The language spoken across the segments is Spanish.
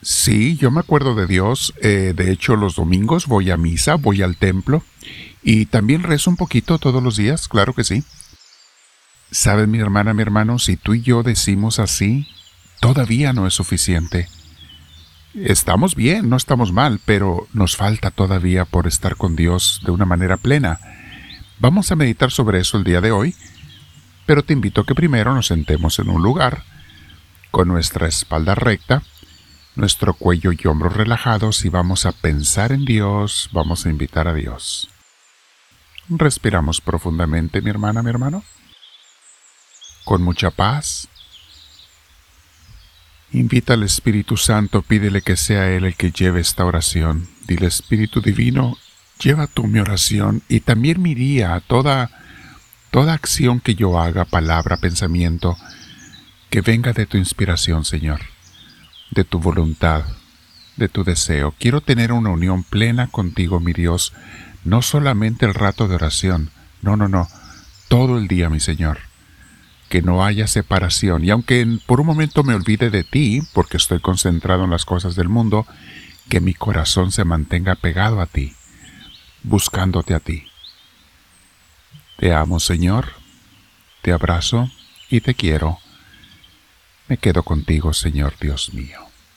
Sí, yo me acuerdo de Dios. De hecho, los domingos voy a misa, voy al templo y también rezo un poquito todos los días, claro que sí. ¿Sabes, mi hermana, mi hermano? Si tú y yo decimos así, todavía no es suficiente. Estamos bien, no estamos mal, pero nos falta todavía por estar con Dios de una manera plena. Vamos a meditar sobre eso el día de hoy, pero te invito a que primero nos sentemos en un lugar, con nuestra espalda recta, nuestro cuello y hombros relajados y vamos a pensar en Dios, vamos a invitar a Dios. Respiramos profundamente, mi hermana, mi hermano. Con mucha paz. Invita al Espíritu Santo, pídele que sea Él el que lleve esta oración. Dile, Espíritu Divino, lleva tú mi oración y también mi día, toda acción que yo haga, palabra, pensamiento, que venga de tu inspiración, Señor, de tu voluntad, de tu deseo. Quiero tener una unión plena contigo, mi Dios, no solamente el rato de oración, no, todo el día, mi Señor. Que no haya separación, y aunque por un momento me olvide de ti, porque estoy concentrado en las cosas del mundo, que mi corazón se mantenga pegado a ti, buscándote a ti. Te amo, Señor, te abrazo y te quiero. Me quedo contigo, Señor Dios mío.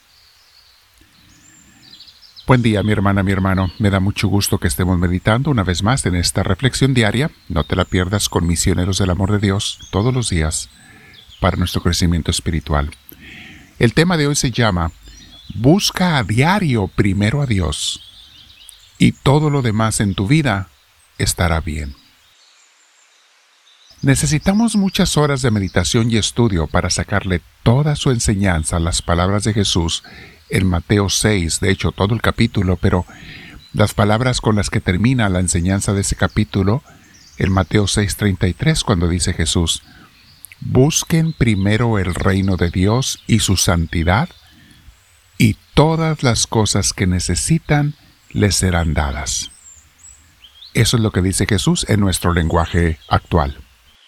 Buen día, mi hermana, mi hermano. Me da mucho gusto que estemos meditando una vez más en esta reflexión diaria. No te la pierdas con Misioneros del Amor de Dios todos los días para nuestro crecimiento espiritual. El tema de hoy se llama Busca a diario primero a Dios y todo lo demás en tu vida estará bien. Necesitamos muchas horas de meditación y estudio para sacarle toda su enseñanza a las palabras de Jesús en Mateo 6, de hecho todo el capítulo, pero las palabras con las que termina la enseñanza de ese capítulo, en Mateo 6:33, cuando dice Jesús, busquen primero el reino de Dios y su santidad, y todas las cosas que necesitan les serán dadas. Eso es lo que dice Jesús en nuestro lenguaje actual.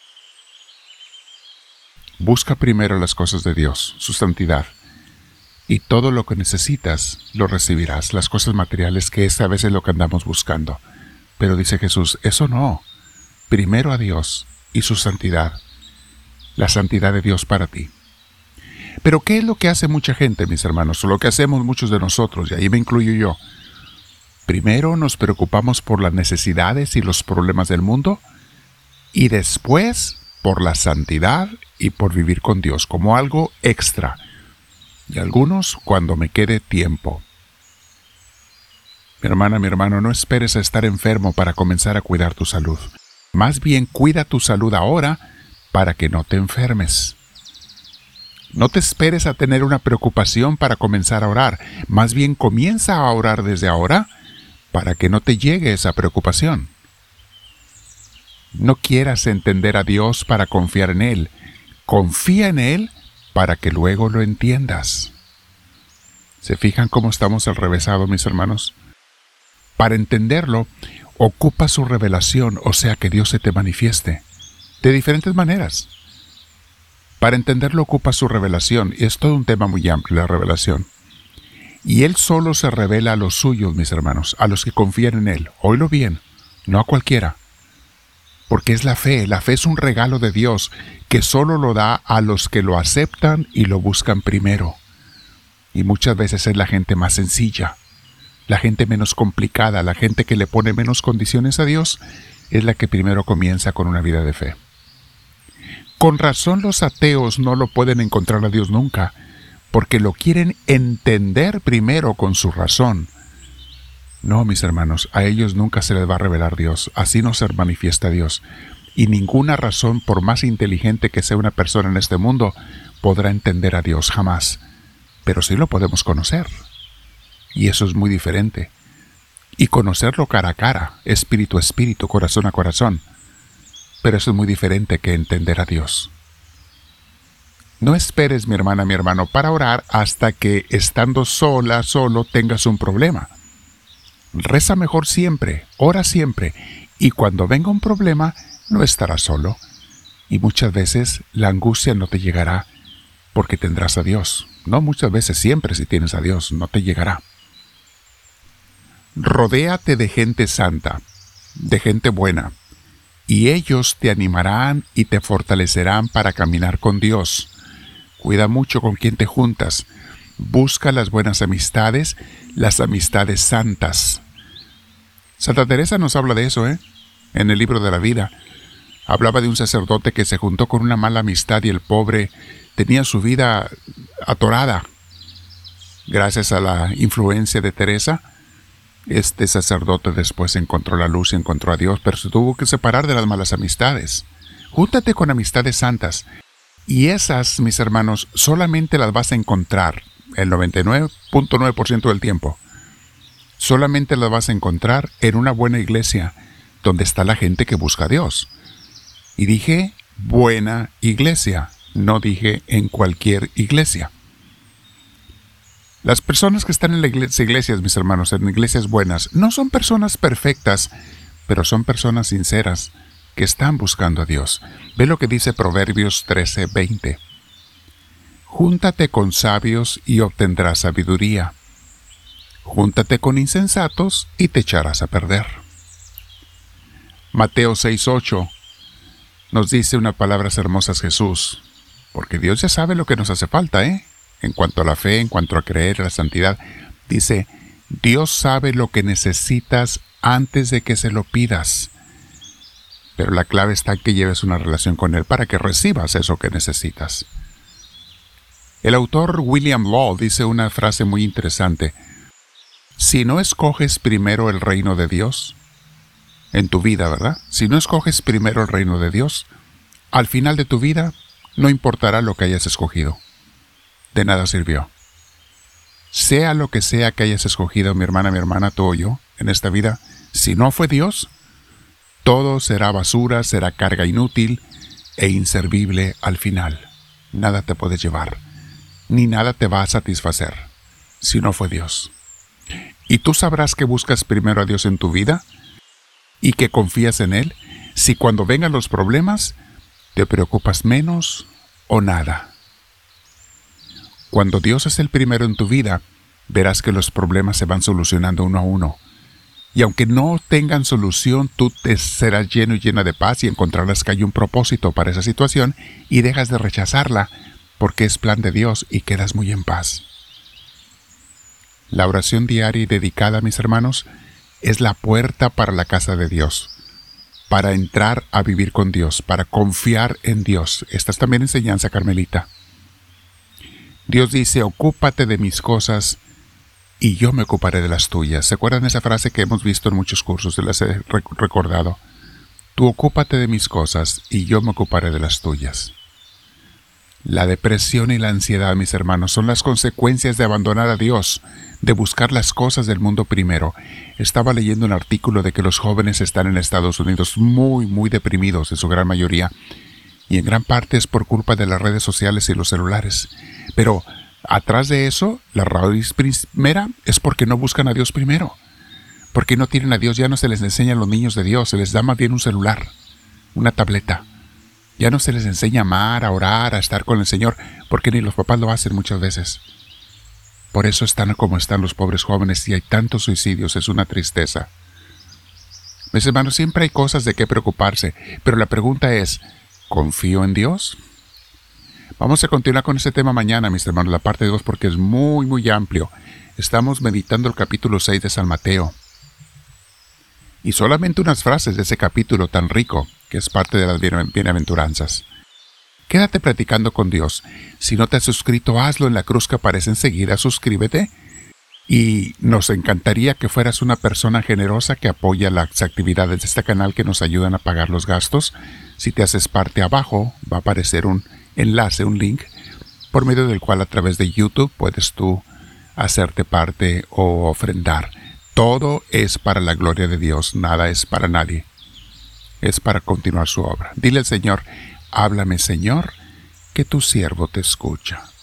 Busca primero las cosas de Dios, su santidad, y todo lo que necesitas lo recibirás, las cosas materiales, que es a veces lo que andamos buscando. Pero dice Jesús, eso no, primero a Dios y su santidad, la santidad de Dios para ti. Pero ¿qué es lo que hace mucha gente, mis hermanos? O lo que hacemos muchos de nosotros, y ahí me incluyo yo. Primero nos preocupamos por las necesidades y los problemas del mundo, y después por la santidad y por vivir con Dios como algo extra. Y algunos cuando me quede tiempo. Mi hermana, mi hermano, no esperes a estar enfermo para comenzar a cuidar tu salud. Más bien cuida tu salud ahora para que no te enfermes. No te esperes a tener una preocupación para comenzar a orar. Más bien comienza a orar desde ahora para que no te llegue esa preocupación. No quieras entender a Dios para confiar en Él. Confía en Él para que luego lo entiendas. ¿Se fijan cómo estamos al revésado, mis hermanos? Para entenderlo, ocupa su revelación, o sea, que Dios se te manifieste, de diferentes maneras. Para entenderlo, ocupa su revelación, y es todo un tema muy amplio, la revelación. Y Él solo se revela a los suyos, mis hermanos, a los que confían en Él. Óylo bien, no a cualquiera. Porque es la fe es un regalo de Dios que solo lo da a los que lo aceptan y lo buscan primero. Y muchas veces es la gente más sencilla, la gente menos complicada, la gente que le pone menos condiciones a Dios, es la que primero comienza con una vida de fe. Con razón los ateos no lo pueden encontrar a Dios nunca, porque lo quieren entender primero con su razón. No, mis hermanos, a ellos nunca se les va a revelar Dios, así no se manifiesta Dios. Y ninguna razón, por más inteligente que sea una persona en este mundo, podrá entender a Dios jamás. Pero sí lo podemos conocer. Y eso es muy diferente. Y conocerlo cara a cara, espíritu a espíritu, corazón a corazón. Pero eso es muy diferente que entender a Dios. No esperes, mi hermana, mi hermano, para orar hasta que, estando sola, solo, tengas un problema. Reza mejor siempre, ora siempre, y cuando venga un problema, no estarás solo. Y muchas veces la angustia no te llegará, porque tendrás a Dios, No muchas veces, siempre si tienes a Dios, no te llegará. Rodéate de gente santa, de gente buena, y ellos te animarán y te fortalecerán para caminar con Dios. Cuida mucho con quién te juntas. Busca las buenas amistades, las amistades santas. Santa Teresa nos habla de eso, en el libro de la vida. Hablaba de un sacerdote que se juntó con una mala amistad y el pobre tenía su vida atorada. Gracias a la influencia de Teresa, este sacerdote después encontró la luz y encontró a Dios, pero se tuvo que separar de las malas amistades. Júntate con amistades santas. Y esas, mis hermanos, solamente las vas a encontrar el 99.9% del tiempo. Solamente las vas a encontrar en una buena iglesia, donde está la gente que busca a Dios. Y dije, buena iglesia, no dije en cualquier iglesia. Las personas que están en las iglesias, mis hermanos, en iglesias buenas, no son personas perfectas, pero son personas sinceras que están buscando a Dios. Ve lo que dice Proverbios 13:20. Júntate con sabios y obtendrás sabiduría. Júntate con insensatos y te echarás a perder. Mateo 6:8 nos dice unas palabras hermosas Jesús, porque Dios ya sabe lo que nos hace falta, en cuanto a la fe, en cuanto a creer, a la santidad. Dice, Dios sabe lo que necesitas antes de que se lo pidas. Pero la clave está en que lleves una relación con Él para que recibas eso que necesitas. El autor William Law dice una frase muy interesante. Si no escoges primero el reino de Dios, en tu vida, ¿verdad? Si no escoges primero el reino de Dios, al final de tu vida no importará lo que hayas escogido. De nada sirvió. Sea lo que sea que hayas escogido, mi hermana, tú o yo, en esta vida, si no fue Dios, todo será basura, será carga inútil e inservible al final. Nada te puedes llevar, ni nada te va a satisfacer, si no fue Dios. Y tú sabrás que buscas primero a Dios en tu vida y que confías en Él, si cuando vengan los problemas, te preocupas menos o nada. Cuando Dios es el primero en tu vida, verás que los problemas se van solucionando uno a uno. Y aunque no tengan solución, tú te serás lleno y llena de paz y encontrarás que hay un propósito para esa situación y dejas de rechazarla porque es plan de Dios y quedas muy en paz. La oración diaria y dedicada, mis hermanos, es la puerta para la casa de Dios, para entrar a vivir con Dios, para confiar en Dios. Esta es también enseñanza carmelita. Dios dice, ocúpate de mis cosas y yo me ocuparé de las tuyas. ¿Se acuerdan de esa frase que hemos visto en muchos cursos? Se las he recordado. Tú ocúpate de mis cosas y yo me ocuparé de las tuyas. La depresión y la ansiedad, mis hermanos, son las consecuencias de abandonar a Dios, de buscar las cosas del mundo primero. Estaba leyendo un artículo de que los jóvenes están en Estados Unidos muy deprimidos, en su gran mayoría, y en gran parte es por culpa de las redes sociales y los celulares. Pero atrás de eso, la raíz primera es porque no buscan a Dios primero. Porque no tienen a Dios, ya no se les enseña a los niños de Dios, se les da más bien un celular, una tableta. Ya no se les enseña a amar, a orar, a estar con el Señor, porque ni los papás lo hacen muchas veces. Por eso están como están los pobres jóvenes y hay tantos suicidios, es una tristeza. Mis hermanos, siempre hay cosas de qué preocuparse, pero la pregunta es, ¿confío en Dios? Vamos a continuar con este tema mañana, mis hermanos, la parte 2, porque es muy amplio. Estamos meditando el capítulo 6 de San Mateo. Y solamente unas frases de ese capítulo tan rico, que es parte de las bienaventuranzas. Quédate platicando con Dios. Si no te has suscrito, hazlo en la cruz que aparece enseguida, suscríbete. Y nos encantaría que fueras una persona generosa que apoya las actividades de este canal que nos ayudan a pagar los gastos. Si te haces parte, abajo va a aparecer un enlace, un link, por medio del cual a través de YouTube puedes tú hacerte parte o ofrendar. Todo es para la gloria de Dios, nada es para nadie. Es para continuar su obra. Dile al Señor, háblame Señor, que tu siervo te escucha.